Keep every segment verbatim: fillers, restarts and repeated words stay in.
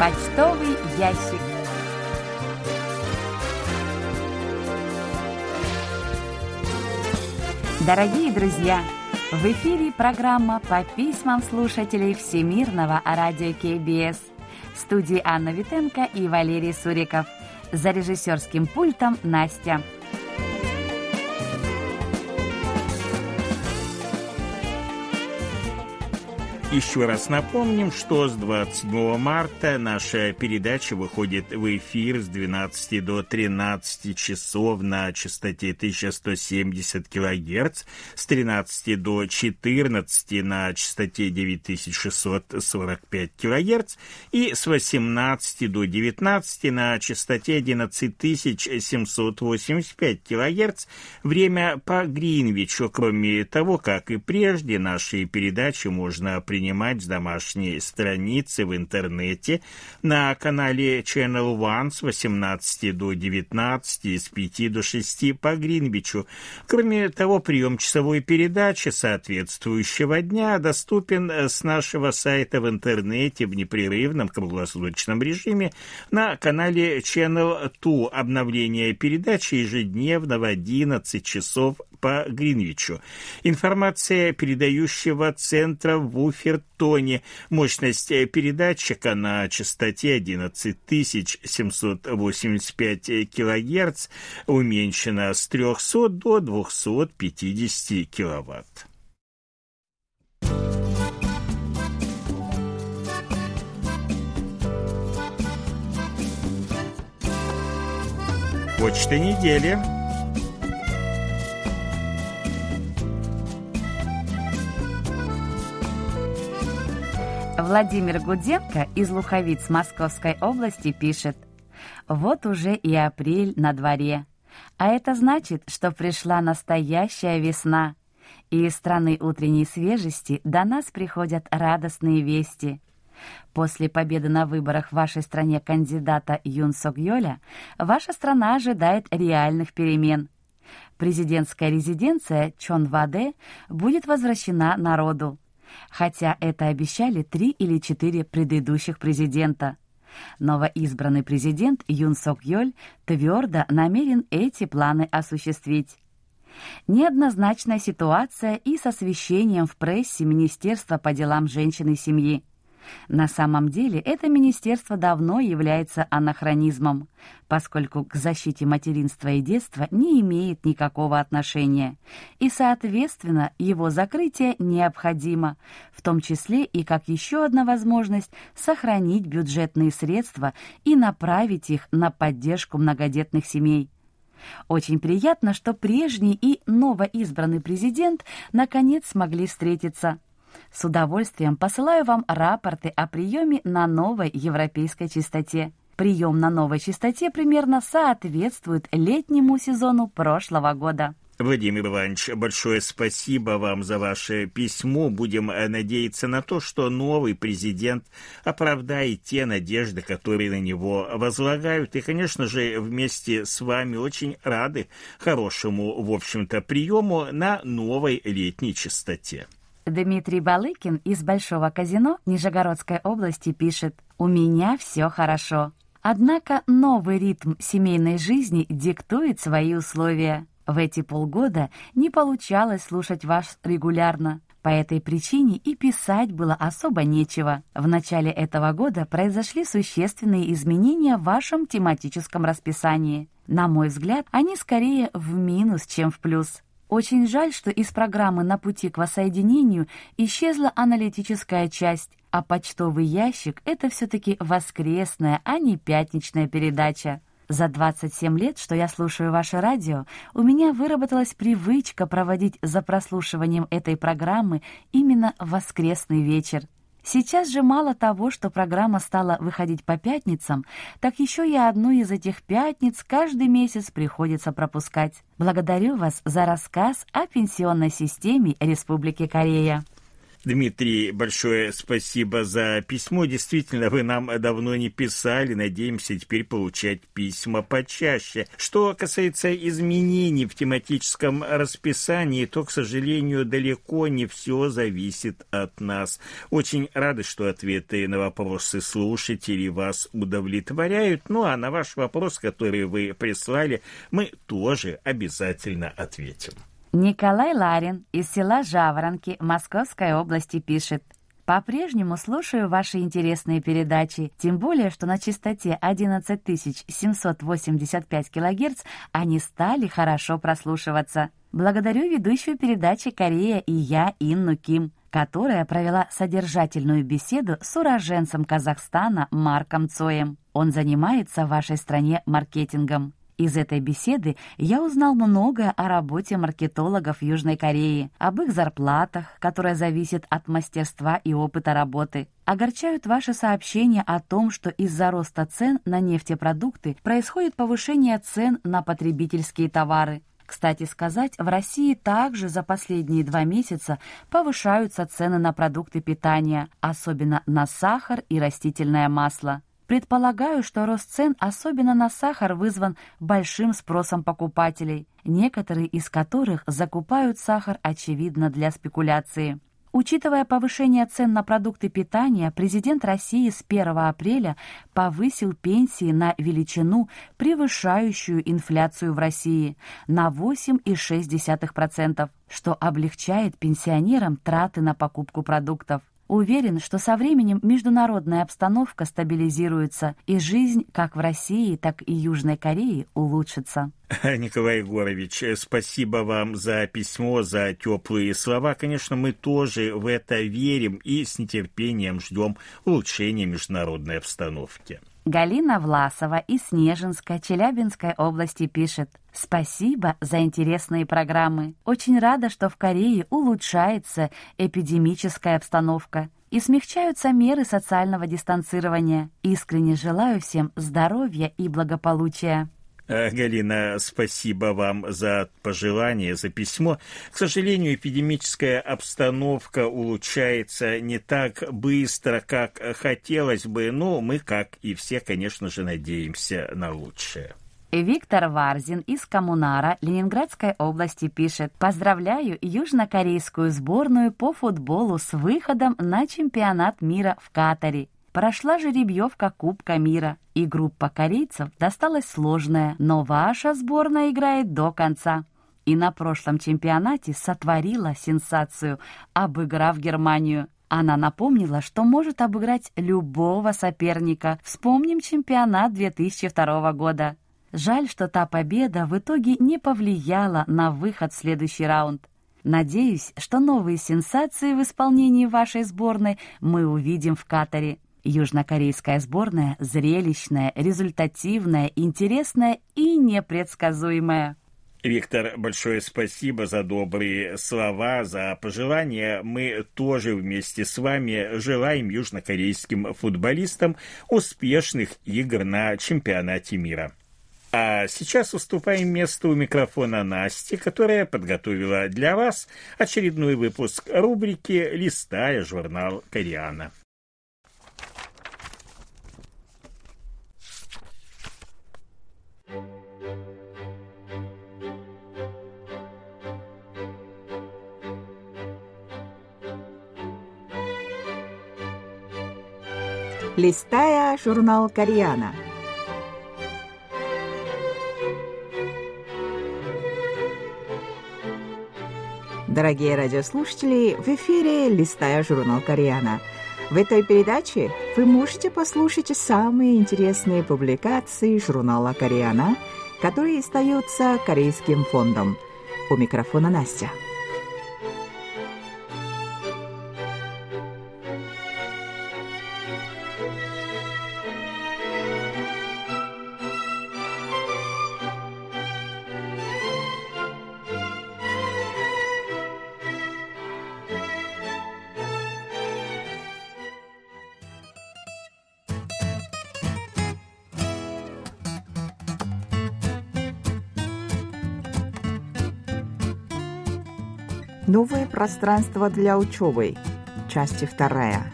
Почтовый ящик. Дорогие друзья, в эфире программа по письмам слушателей Всемирного радио кей би эс. В студии Анна Витенко и Валерий Суриков. За режиссерским пультом Настя. Еще раз напомним, что с двадцать седьмого марта наша передача выходит в эфир с двенадцати до тринадцати часов на частоте тысяча сто семьдесят килогерц, с тринадцати до четырнадцати на частоте девять тысяч шестьсот сорок пять килогерц и с восемнадцати до девятнадцати на частоте одиннадцать тысяч семьсот восемьдесят пять килогерц. Время по Гринвичу. Кроме того, как и прежде, наши передачи можно принимать принимать с домашней страницы в интернете на канале Channel One с восемнадцати до девятнадцати и с пяти до шести по Гринвичу. Кроме того, прием часовой передачи соответствующего дня доступен с нашего сайта в интернете в непрерывном круглосуточном режиме на канале Channel Two. Обновление передачи ежедневно в одиннадцать часов по Гринвичу. Информация передающего центра в Уфертоне. Мощность передатчика на частоте одиннадцать тысяч семьсот восемьдесят пять килогерц уменьшена с трехсот до двухсот пятидесяти киловатт. Почта недели. Владимир Гуденко из Луховиц Московской области пишет: «Вот уже и апрель на дворе, а это значит, что пришла настоящая весна, и из страны утренней свежести до нас приходят радостные вести. После победы на выборах в вашей стране кандидата Юн Сок Йоля ваша страна ожидает реальных перемен. Президентская резиденция Чонваде будет возвращена народу, хотя это обещали три или четыре предыдущих президента. Новоизбранный президент Юн Сок Йоль твердо намерен эти планы осуществить. Неоднозначная ситуация и с освещением в прессе Министерства по делам женщин и семьи. На самом деле это министерство давно является анахронизмом, поскольку к защите материнства и детства не имеет никакого отношения, и, соответственно, его закрытие необходимо, в том числе и как еще одна возможность сохранить бюджетные средства и направить их на поддержку многодетных семей. Очень приятно, что прежний и новоизбранный президент наконец смогли встретиться. С удовольствием посылаю вам рапорты о приеме на новой европейской частоте. Прием на новой частоте примерно соответствует летнему сезону прошлого года». Владимир Иванович, большое спасибо вам за ваше письмо. Будем надеяться на то, что новый президент оправдает те надежды, которые на него возлагают. И, конечно же, вместе с вами очень рады хорошему, в общем-то, приему на новой летней частоте. Дмитрий Балыкин из Большого Казино Нижегородской области пишет: «У меня все хорошо. Однако новый ритм семейной жизни диктует свои условия. В эти полгода не получалось слушать вас регулярно. По этой причине и писать было особо нечего. В начале этого года произошли существенные изменения в вашем тематическом расписании. На мой взгляд, они скорее в минус, чем в плюс. Очень жаль, что из программы «На пути к воссоединению» исчезла аналитическая часть, а почтовый ящик — это все-таки воскресная, а не пятничная передача. За двадцать семь лет, что я слушаю ваше радио, у меня выработалась привычка проводить за прослушиванием этой программы именно в воскресный вечер. Сейчас же мало того, что программа стала выходить по пятницам, так еще и одну из этих пятниц каждый месяц приходится пропускать. Благодарю вас за рассказ о пенсионной системе Республики Корея». Дмитрий, большое спасибо за письмо. Действительно, вы нам давно не писали. Надеемся теперь получать письма почаще. Что касается изменений в тематическом расписании, то, к сожалению, далеко не все зависит от нас. Очень рады, что ответы на вопросы слушателей вас удовлетворяют. Ну а на ваш вопрос, который вы прислали, мы тоже обязательно ответим. Николай Ларин из села Жаворонки Московской области пишет: «По-прежнему слушаю ваши интересные передачи, тем более, что на частоте одиннадцать тысяч семьсот восемьдесят пять килогерц они стали хорошо прослушиваться. Благодарю ведущую передачи «Корея и я» Инну Ким, которая провела содержательную беседу с уроженцем Казахстана Марком Цоем. Он занимается в вашей стране маркетингом. Из этой беседы я узнал многое о работе маркетологов Южной Кореи, об их зарплатах, которые зависят от мастерства и опыта работы. Огорчают ваши сообщения о том, что из-за роста цен на нефтепродукты происходит повышение цен на потребительские товары. Кстати сказать, в России также за последние два месяца повышаются цены на продукты питания, особенно на сахар и растительное масло. Предполагаю, что рост цен, особенно на сахар, вызван большим спросом покупателей, некоторые из которых закупают сахар, очевидно, для спекуляции. Учитывая повышение цен на продукты питания, президент России с первого апреля повысил пенсии на величину, превышающую инфляцию в России, на восемь целых шесть десятых процента, что облегчает пенсионерам траты на покупку продуктов. Уверен, что со временем международная обстановка стабилизируется, и жизнь как в России, так и Южной Корее улучшится. Николай Егорович, спасибо вам за письмо, за теплые слова. Конечно, мы тоже в это верим и с нетерпением ждем улучшения международной обстановки. Галина Власова из Снежинска, Челябинской области пишет: «Спасибо за интересные программы. Очень рада, что в Корее улучшается эпидемическая обстановка и смягчаются меры социального дистанцирования. Искренне желаю всем здоровья и благополучия». Галина, спасибо вам за пожелание, за письмо. К сожалению, эпидемическая обстановка улучшается не так быстро, как хотелось бы, но мы, как и все, конечно же, надеемся на лучшее. Виктор Варзин из Коммунара Ленинградской области пишет: «Поздравляю южнокорейскую сборную по футболу с выходом на чемпионат мира в Катаре. Прошла жеребьевка Кубка мира, и группа корейцев досталась сложная, но ваша сборная играет до конца. И на прошлом чемпионате сотворила сенсацию, обыграв Германию. Она напомнила, что может обыграть любого соперника. Вспомним чемпионат две тысячи второго года. Жаль, что та победа в итоге не повлияла на выход в следующий раунд. Надеюсь, что новые сенсации в исполнении вашей сборной мы увидим в Катаре. Южнокорейская сборная зрелищная, результативная, интересная и непредсказуемая». Виктор, большое спасибо за добрые слова, за пожелания. Мы тоже вместе с вами желаем южнокорейским футболистам успешных игр на чемпионате мира. А сейчас уступаем место у микрофона Насти, которая подготовила для вас очередной выпуск рубрики «Листая журнал Кореяна». Листая журнал Кореяна. Дорогие радиослушатели, в эфире «Листая журнал Кореяна». В этой передаче вы можете послушать самые интересные публикации журнала Кореяна, которые издаются Корейским фондом. У микрофона Настя. Новое пространство для учебы. часть вторая.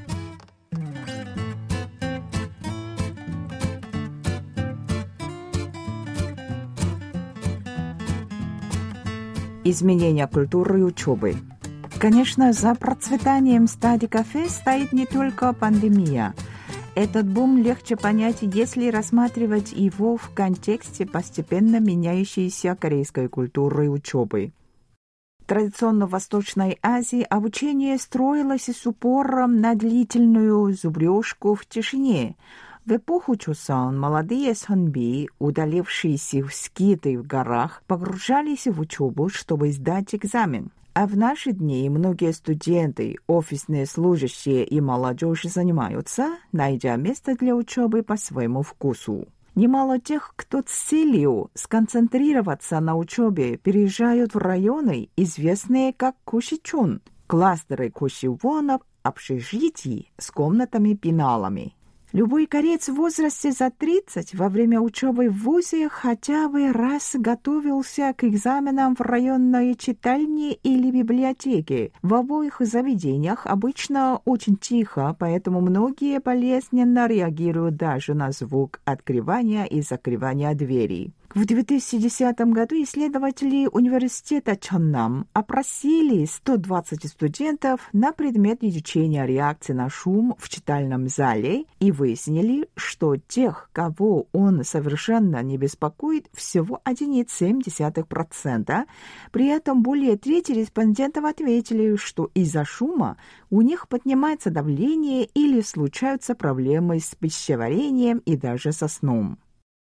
Изменение культуры учебы. Конечно, за процветанием стади-кафе стоит не только пандемия. Этот бум легче понять, если рассматривать его в контексте постепенно меняющейся корейской культуры учебы. Традиционно в Восточной Азии обучение строилось с упором на длительную зубрежку в тишине. В эпоху Чосон молодые сонби, удалившиеся в скиты в горах, погружались в учебу, чтобы сдать экзамен. А в наши дни многие студенты, офисные служащие и молодежь занимаются, найдя место для учебы по своему вкусу. Немало тех, кто с целью сконцентрироваться на учебе, переезжают в районы, известные как Кушичун, кластеры кушевонов, общежитий с комнатами-пеналами. Любой кореец в возрасте за тридцать во время учебы в вузе хотя бы раз готовился к экзаменам в районной читальне или библиотеке. В обоих заведениях обычно очень тихо, поэтому многие болезненно реагируют даже на звук открывания и закрывания дверей. В две тысячи десятом году исследователи университета Чоннам опросили сто двадцать студентов на предмет изучения реакции на шум в читальном зале и выяснили, что тех, кого он совершенно не беспокоит, всего один целых семь десятых процента. При этом более трети респондентов ответили, что из-за шума у них поднимается давление или случаются проблемы с пищеварением и даже со сном.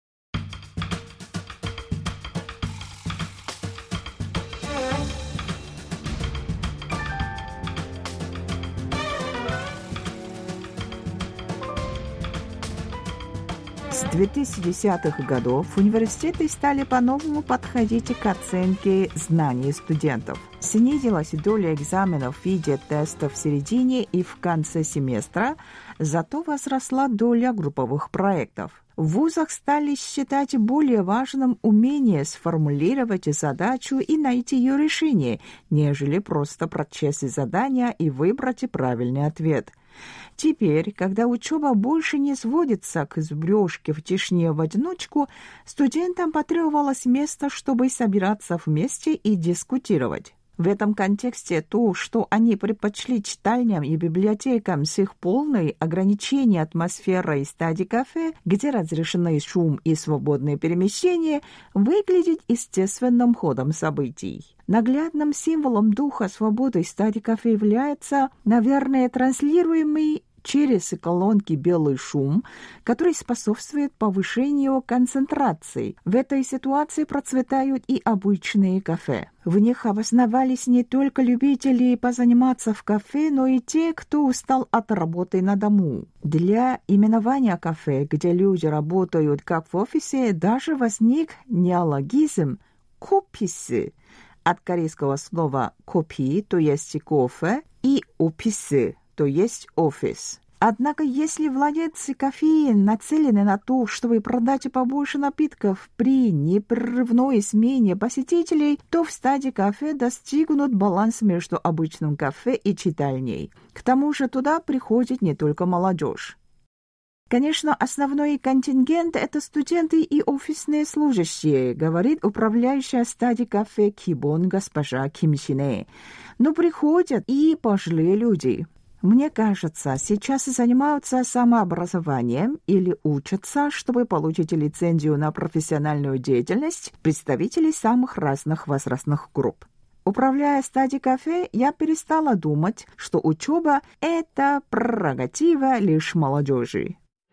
С две тысячи десятых годов университеты стали по-новому подходить к оценке знаний студентов. Снизилась доля экзаменов в виде тестов в середине и в конце семестра, зато возросла доля групповых проектов. В вузах стали считать более важным умение сформулировать задачу и найти ее решение, нежели просто прочесть задания и выбрать правильный ответ. Теперь, когда учеба больше не сводится к зубрежке в тишине в одиночку, студентам потребовалось место, чтобы собираться вместе и дискутировать. В этом контексте то, что они предпочли читальням и библиотекам с их полной ограничением атмосферой стади-кафе, где разрешены шум и свободное перемещение, выглядит естественным ходом событий. Наглядным символом духа свободы стади-кафе является, наверное, транслируемый через колонки белый шум, который способствует повышению концентрации. В этой ситуации процветают и обычные кафе. В них обосновались не только любители позаниматься в кафе, но и те, кто устал от работы на дому. Для именования кафе, где люди работают как в офисе, даже возник неологизм «кописы» от корейского слова «копи», то есть кофе, и «офисы», то есть офис. Однако, если владельцы кафе нацелены на то, чтобы продать побольше напитков при непрерывной смене посетителей, то в стадии кафе достигнут баланс между обычным кафе и читальней. К тому же туда приходит не только молодежь. Конечно, основной контингент – это студенты и офисные служащие, говорит управляющая стадии кафе Кибон госпожа Ким Сине. Но приходят и пожилые люди. Мне кажется, сейчас занимаются самообразованием или учатся, чтобы получить лицензию на профессиональную деятельность представители самых разных возрастных групп. Управляя стадией кафе, я перестала думать, что учеба – это прерогатива лишь молодежи.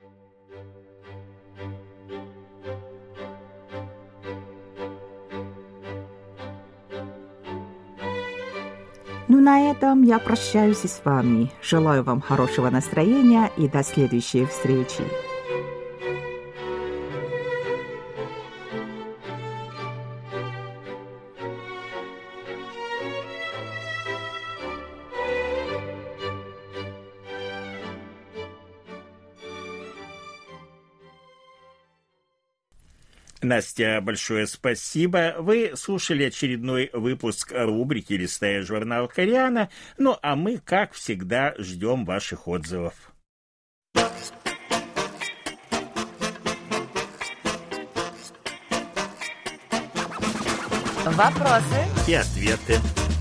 Ну, на этом я прощаюсь с вами. Желаю вам хорошего настроения и до следующей встречи. Настя, большое спасибо. Вы слушали очередной выпуск рубрики «Листая журнал Кореана». Ну, а мы, как всегда, ждем ваших отзывов. Вопросы и ответы.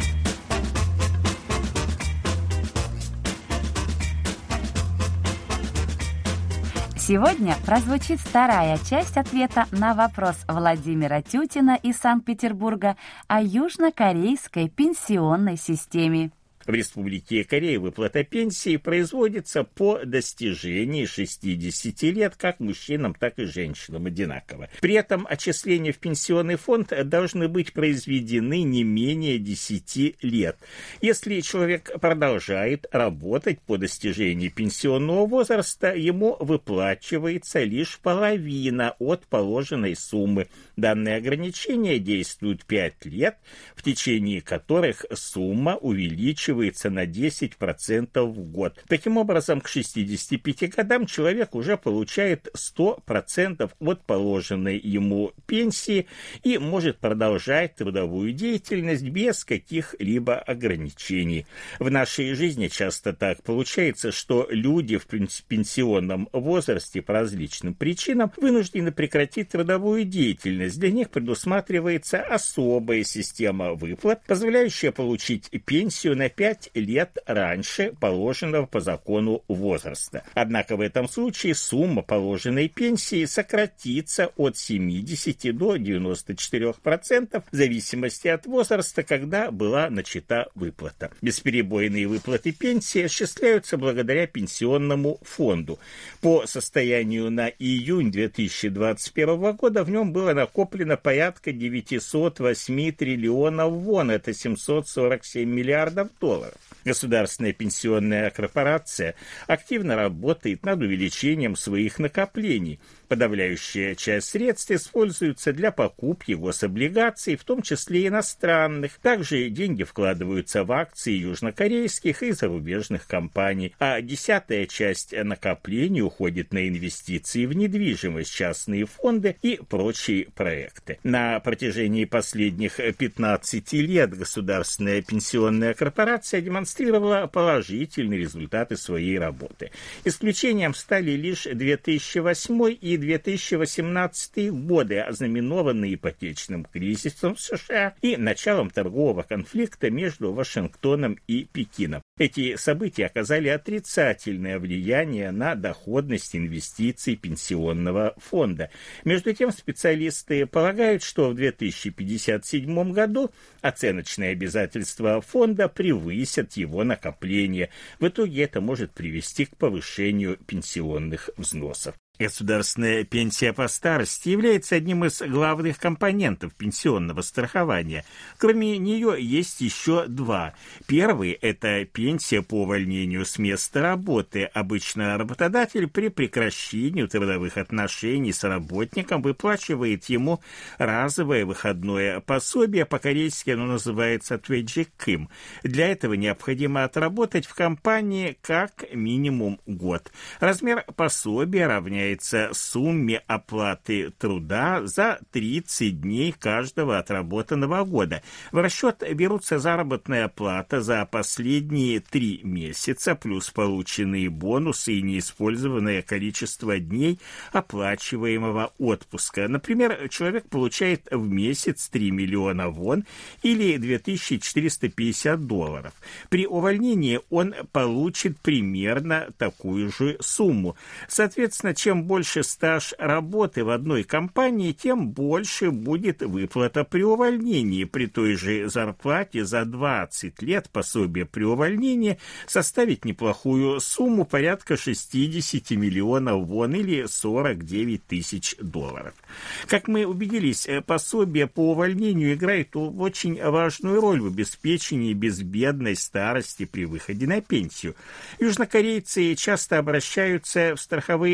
Сегодня прозвучит вторая часть ответа на вопрос Владимира Тютина из Санкт-Петербурга о южнокорейской пенсионной системе. В Республике Корея выплата пенсии производится по достижении шестидесяти лет как мужчинам, так и женщинам одинаково. При этом отчисления в пенсионный фонд должны быть произведены не менее десяти лет. Если человек продолжает работать по достижении пенсионного возраста, ему выплачивается лишь половина от положенной суммы. Данное ограничение действует пять лет, в течение которых сумма увеличивается на десять процентов в год. Таким образом, к шестидесяти пяти годам человек уже получает сто процентов от положенной ему пенсии и может продолжать трудовую деятельность без каких-либо ограничений. В нашей жизни часто так получается, что люди в пенсионном возрасте по различным причинам вынуждены прекратить трудовую деятельность. Для них предусматривается особая система выплат, позволяющая получить пенсию на пять лет раньше положенного по закону возраста. Однако в этом случае сумма положенной пенсии сократится от семидесяти до девяноста четырёх процентов в зависимости от возраста, когда была начата выплата. Бесперебойные выплаты пенсии осуществляются благодаря пенсионному фонду. По состоянию на июнь две тысячи двадцать первого года в нем было накоплено порядка девятьсот восемь триллионов вон, это семьсот сорок семь миллиардов долларов. Государственная пенсионная корпорация активно работает над увеличением своих накоплений. Подавляющая часть средств используется для покупки гособлигаций, в том числе иностранных. Также деньги вкладываются в акции южнокорейских и зарубежных компаний, а десятая часть накоплений уходит на инвестиции в недвижимость, частные фонды и прочие проекты. На протяжении последних пятнадцати лет Государственная пенсионная корпорация демонстрировала положительные результаты своей работы. Исключением стали лишь две тысячи восьмой и две тысячи восемнадцатый годы, ознаменованные ипотечным кризисом в США и началом торгового конфликта между Вашингтоном и Пекином. Эти события оказали отрицательное влияние на доходность инвестиций пенсионного фонда. Между тем, специалисты полагают, что в две тысячи пятьдесят седьмом году оценочные обязательства фонда превысят его накопления. В итоге это может привести к повышению пенсионных взносов. Государственная пенсия по старости является одним из главных компонентов пенсионного страхования. Кроме нее есть еще два. Первый – это пенсия по увольнению с места работы. Обычно работодатель при прекращении трудовых отношений с работником выплачивает ему разовое выходное пособие, по-корейски оно называется «твэджикым». Для этого необходимо отработать в компании как минимум год. Размер пособия равняется сумме оплаты труда за тридцать дней каждого отработанного года. В расчет берутся заработная плата за последние три месяца, плюс полученные бонусы и неиспользованное количество дней оплачиваемого отпуска. Например, человек получает в месяц три миллиона вон или две тысячи четыреста пятьдесят долларов. При увольнении он получит примерно такую же сумму. Соответственно, чем Чем больше стаж работы в одной компании, тем больше будет выплата при увольнении. При той же зарплате за двадцать лет пособие при увольнении составит неплохую сумму, порядка шестьдесят миллионов вон или сорок девять тысяч долларов. Как мы убедились, пособие по увольнению играет очень важную роль в обеспечении безбедной старости при выходе на пенсию. Южнокорейцы часто обращаются в страховые компании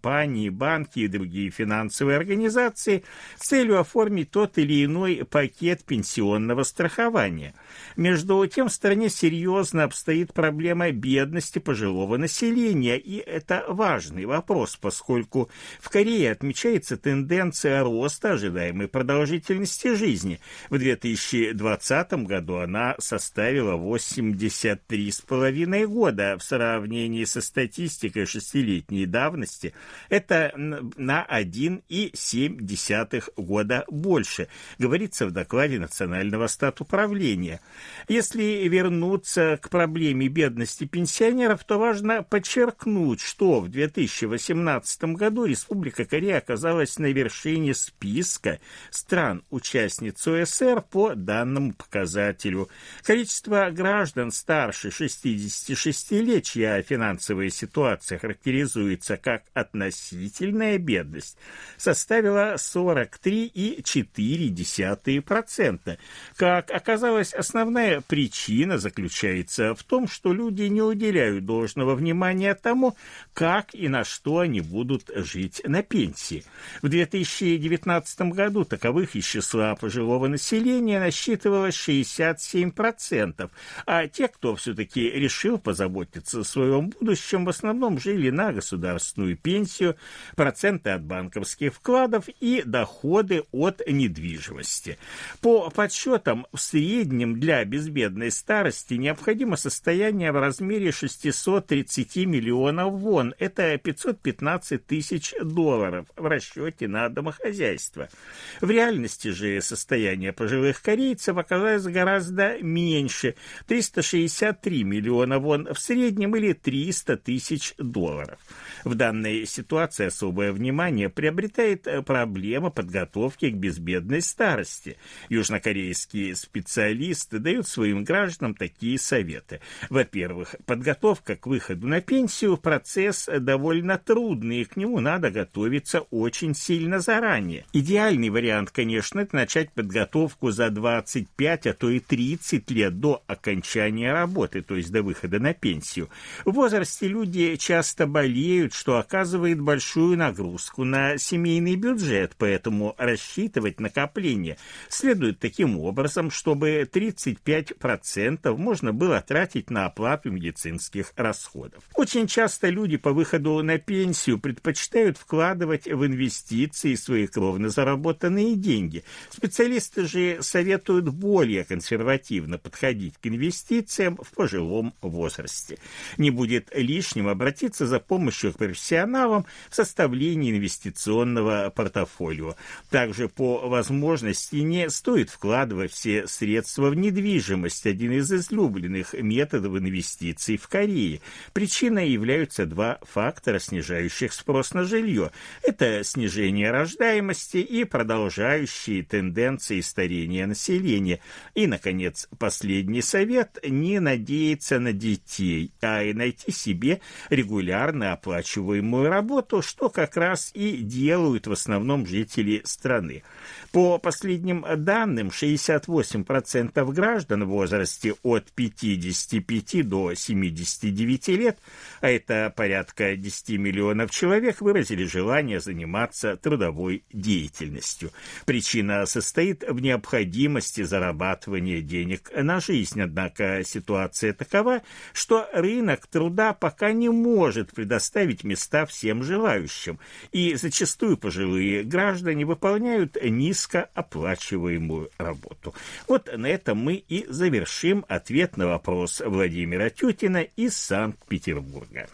компании, банки и другие финансовые организации с целью оформить тот или иной пакет пенсионного страхования. Между тем, в стране серьезно обстоит проблема бедности пожилого населения, и это важный вопрос, поскольку в Корее отмечается тенденция роста ожидаемой продолжительности жизни. В две тысячи двадцатом году она составила восемьдесят три с половиной года. В сравнении со статистикой шестилетней давности это на один целых семь десятых года больше, говорится в докладе Национального статуправления. Если вернуться к проблеме бедности пенсионеров, то важно подчеркнуть, что в две тысячи восемнадцатом году Республика Корея оказалась на вершине списка стран-участниц О Эс Эр по данному показателю. Количество граждан старше шестидесяти шести лет, чья финансовая ситуация характеризуется как относительная бедность, составила сорок три целых четыре десятых процента. Как оказалось, основная причина заключается в том, что люди не уделяют должного внимания тому, как и на что они будут жить на пенсии. В две тысячи девятнадцатом году таковых из числа пожилого населения насчитывалось шестьдесят семь процентов, а те, кто все-таки решил позаботиться о своем будущем, в основном жили на государственную пенсию, проценты от банковских вкладов и доходы от недвижимости. По подсчетам, в среднем для безбедной старости необходимо состояние в размере шестьсот тридцать миллионов вон. Это пятьсот пятнадцать тысяч долларов в расчете на домохозяйство. В реальности же состояние пожилых корейцев оказалось гораздо меньше – триста шестьдесят три миллиона вон в среднем или триста тысяч долларов. В данной ситуации особое внимание приобретает проблема подготовки к безбедной старости. Южнокорейские специалисты дают своим гражданам такие советы. Во-первых, подготовка к выходу на пенсию – процесс довольно трудный, и к нему надо готовиться очень сильно заранее. Идеальный вариант, конечно, это начать подготовку за двадцать пять, а то и тридцать лет до окончания работы, то есть до выхода на пенсию. В возрасте люди часто болеют, что оказывает большую нагрузку на семейный бюджет, поэтому рассчитывать накопление следует таким образом, чтобы тридцать пять процентов можно было тратить на оплату медицинских расходов. Очень часто люди по выходу на пенсию предпочитают вкладывать в инвестиции свои кровно заработанные деньги. Специалисты же советуют более консервативно подходить к инвестициям в пожилом возрасте. Не будет лишним обратиться за помощью к профессионалам в составлении инвестиционного портфолио. Также по возможности не стоит вкладывать все средства в недвижимость, один из излюбленных методов инвестиций в Корее. Причиной являются два фактора, снижающих спрос на жилье. Это снижение рождаемости и продолжающие тенденции старения населения. И, наконец, последний совет – не надеяться на детей, а и найти себе регулярно оплачиваемую работу, что как раз и делают в основном жители страны. По последним данным, шестьдесят восемь процентов граждан в возрасте от пятидесяти пяти до семидесяти девяти лет, а это порядка десяти миллионов человек, выразили желание заниматься трудовой деятельностью. Причина состоит в необходимости зарабатывания денег на жизнь, однако ситуация такова, что рынок труда пока не может предоставить места всем желающим, и зачастую пожилые граждане выполняют низкооплачиваемую работу. Вот на этом мы и завершим ответ на вопрос Владимира Тютина из Санкт-Петербурга.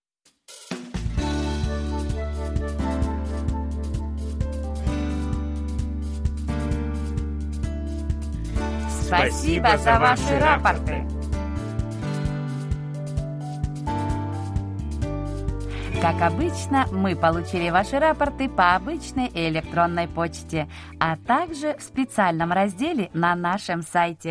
Спасибо за ваши рапорты. Как обычно, мы получили ваши рапорты по обычной и электронной почте, а также в специальном разделе на нашем сайте.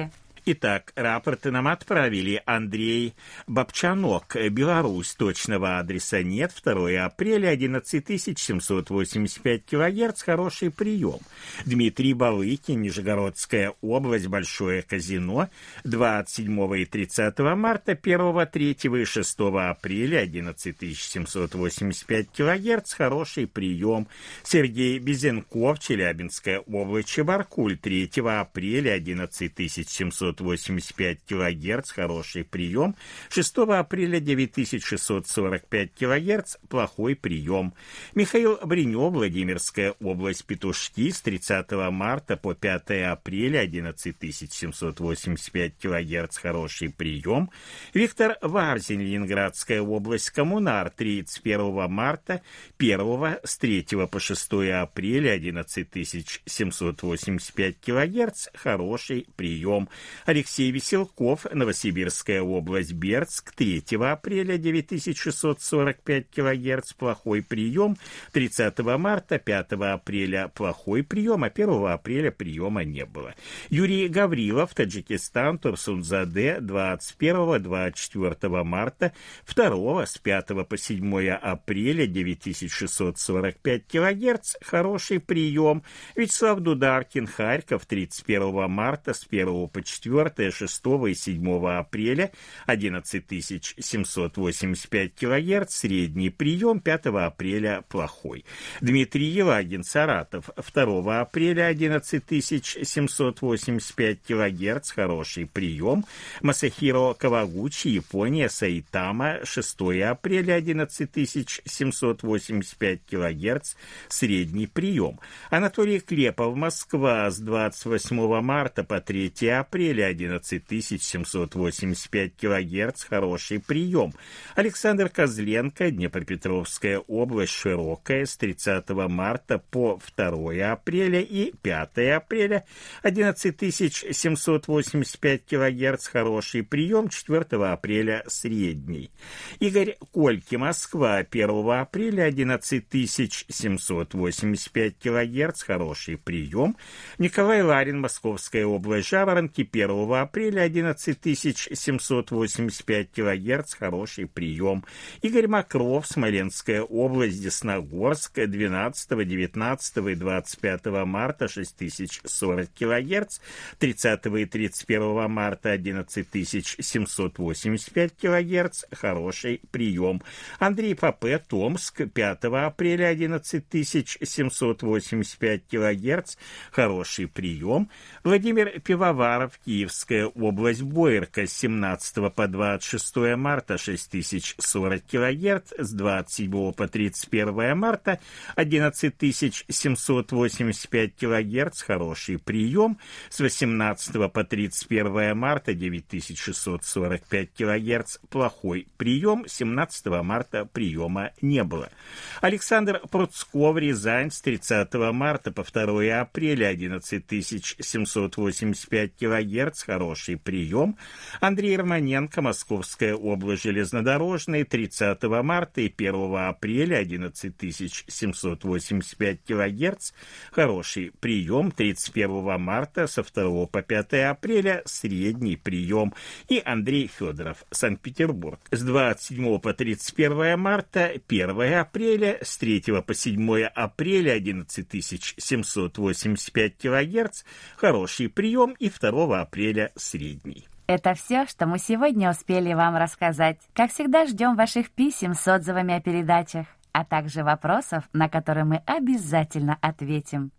Итак, рапорты нам отправили. Андрей Бабчанок, Беларусь, точного адреса нет. второе апреля, одиннадцать тысяч семьсот восемьдесят пять килогерц, хороший прием. Дмитрий Балыкин, Нижегородская область, Большое казино, двадцать седьмого и тридцатого марта, первого, третьего и шестого апреля, одиннадцать тысяч семьсот восемьдесят пять килогерц, хороший прием. Сергей Безенков, Челябинская область, Чебаркуль, третьего апреля, одиннадцать тысяч семьсот восемьдесят пять килогерц, хороший прием. шестого апреля, девять тысяч шестьсот сорок пять килогерц, плохой прием. Михаил Бринев, Владимирская область, Петушки, с тридцатого марта по пятое апреля, одиннадцать тысяч семьсот восемьдесят пять килогерц, хороший прием. Виктор Варзин, Ленинградская область, Коммунар, тридцать первого марта, первого, с третьего по шестое апреля, одиннадцать тысяч семьсот восемьдесят пять килогерц, хороший прием. Алексей Веселков, Новосибирская область, Бердск, третьего апреля, девять тысяч шестьсот сорок пять килогерц, плохой прием. тридцатого марта, пятого апреля, плохой прием, а первого апреля приема не было. Юрий Гаврилов, Таджикистан, Турсунзаде, двадцать первого — двадцать четвёртого марта, второго, с пятого по седьмое апреля, девять тысяч шестьсот сорок пять килогерц, хороший прием. Вячеслав Дударкин, Харьков, тридцать первого марта, с первого по четвёртое, шестого и седьмого апреля, одиннадцать тысяч семьсот восемьдесят пять килогерц, средний прием, пятого апреля плохой. Дмитрий Елагин, Саратов, второго апреля, одиннадцать тысяч семьсот восемьдесят пять килогерц, хороший прием. Масахиро Кавагучи, Япония, Саитама, шестое апреля, одиннадцать тысяч семьсот восемьдесят пять килогерц, средний прием. Анатолий Клепов, Москва, с двадцать восьмого марта по третье апреля, одиннадцать тысяч семьсот восемьдесят пять килогерц, хороший прием. Александр Козленко, Днепропетровская область, Широкая, с тридцатого марта по второе апреля и пятое апреля, одиннадцать тысяч семьсот восемьдесят пять килогерц, хороший прием, четвёртого апреля средний. Игорь Кольки, Москва, первого апреля, одиннадцать тысяч семьсот восемьдесят пять килогерц, хороший прием. Николай Ларин, Московская область, Жаворонки, первого апреля, одиннадцать тысяч семьсот восемьдесят пять килогерц, хороший прием. Игорь Макров, Смоленская область, Десногорск, двенадцатого, девятнадцатого и двадцать пятого марта, шесть тысяч сорок килогерц, тридцатого и тридцать первого марта, одиннадцать тысяч семьсот восемьдесят пять килогерц, хороший прием. Андрей Попе, Томск, пятого апреля, одиннадцать тысяч семьсот восемьдесят пять килогерц, хороший прием. Владимир Пивоваров, Киевская область, Боярка, с семнадцатого по двадцать шестое марта, шесть тысяч сорок килогерц, с двадцать седьмого по тридцать первое марта, одиннадцать тысяч семьсот восемьдесят пять килогерц, хороший прием. С восемнадцатого по тридцать первое марта, девять тысяч шестьсот сорок пять килогерц, плохой прием. семнадцатого марта приема не было. Александр Пруцков, Рязань, с тридцатого марта по второе апреля, одиннадцать тысяч семьсот восемьдесят пять килогерц, хороший прием. Андрей Романенко, Московская область, железнодорожный, тридцатого марта и первого апреля, одиннадцать тысяч семьсот восемьдесят пять килогерц, хороший прием. тридцать первого марта со второго по пятое апреля, средний прием. И Андрей Федоров, Санкт-Петербург, с двадцать седьмого по тридцать первое марта, первое апреля, с третьего по седьмое апреля, одиннадцать тысяч семьсот восемьдесят пять килогерц, хороший прием, и второго апреля средний. Это все, что мы сегодня успели вам рассказать. Как всегда, ждем ваших писем с отзывами о передачах, а также вопросов, на которые мы обязательно ответим.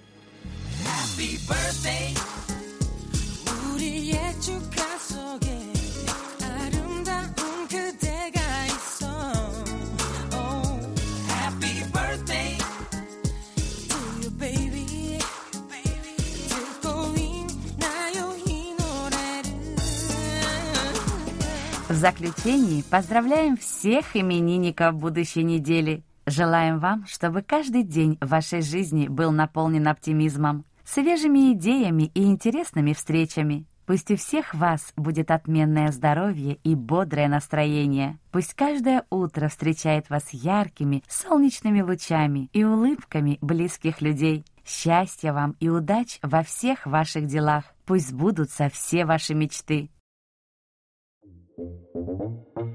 Happy birthday. В заключении поздравляем всех именинников будущей недели. Желаем вам, чтобы каждый день в вашей жизни был наполнен оптимизмом, свежими идеями и интересными встречами. Пусть у всех вас будет отменное здоровье и бодрое настроение. Пусть каждое утро встречает вас яркими, солнечными лучами и улыбками близких людей. Счастья вам и удач во всех ваших делах. Пусть сбудутся все ваши мечты. Thank you.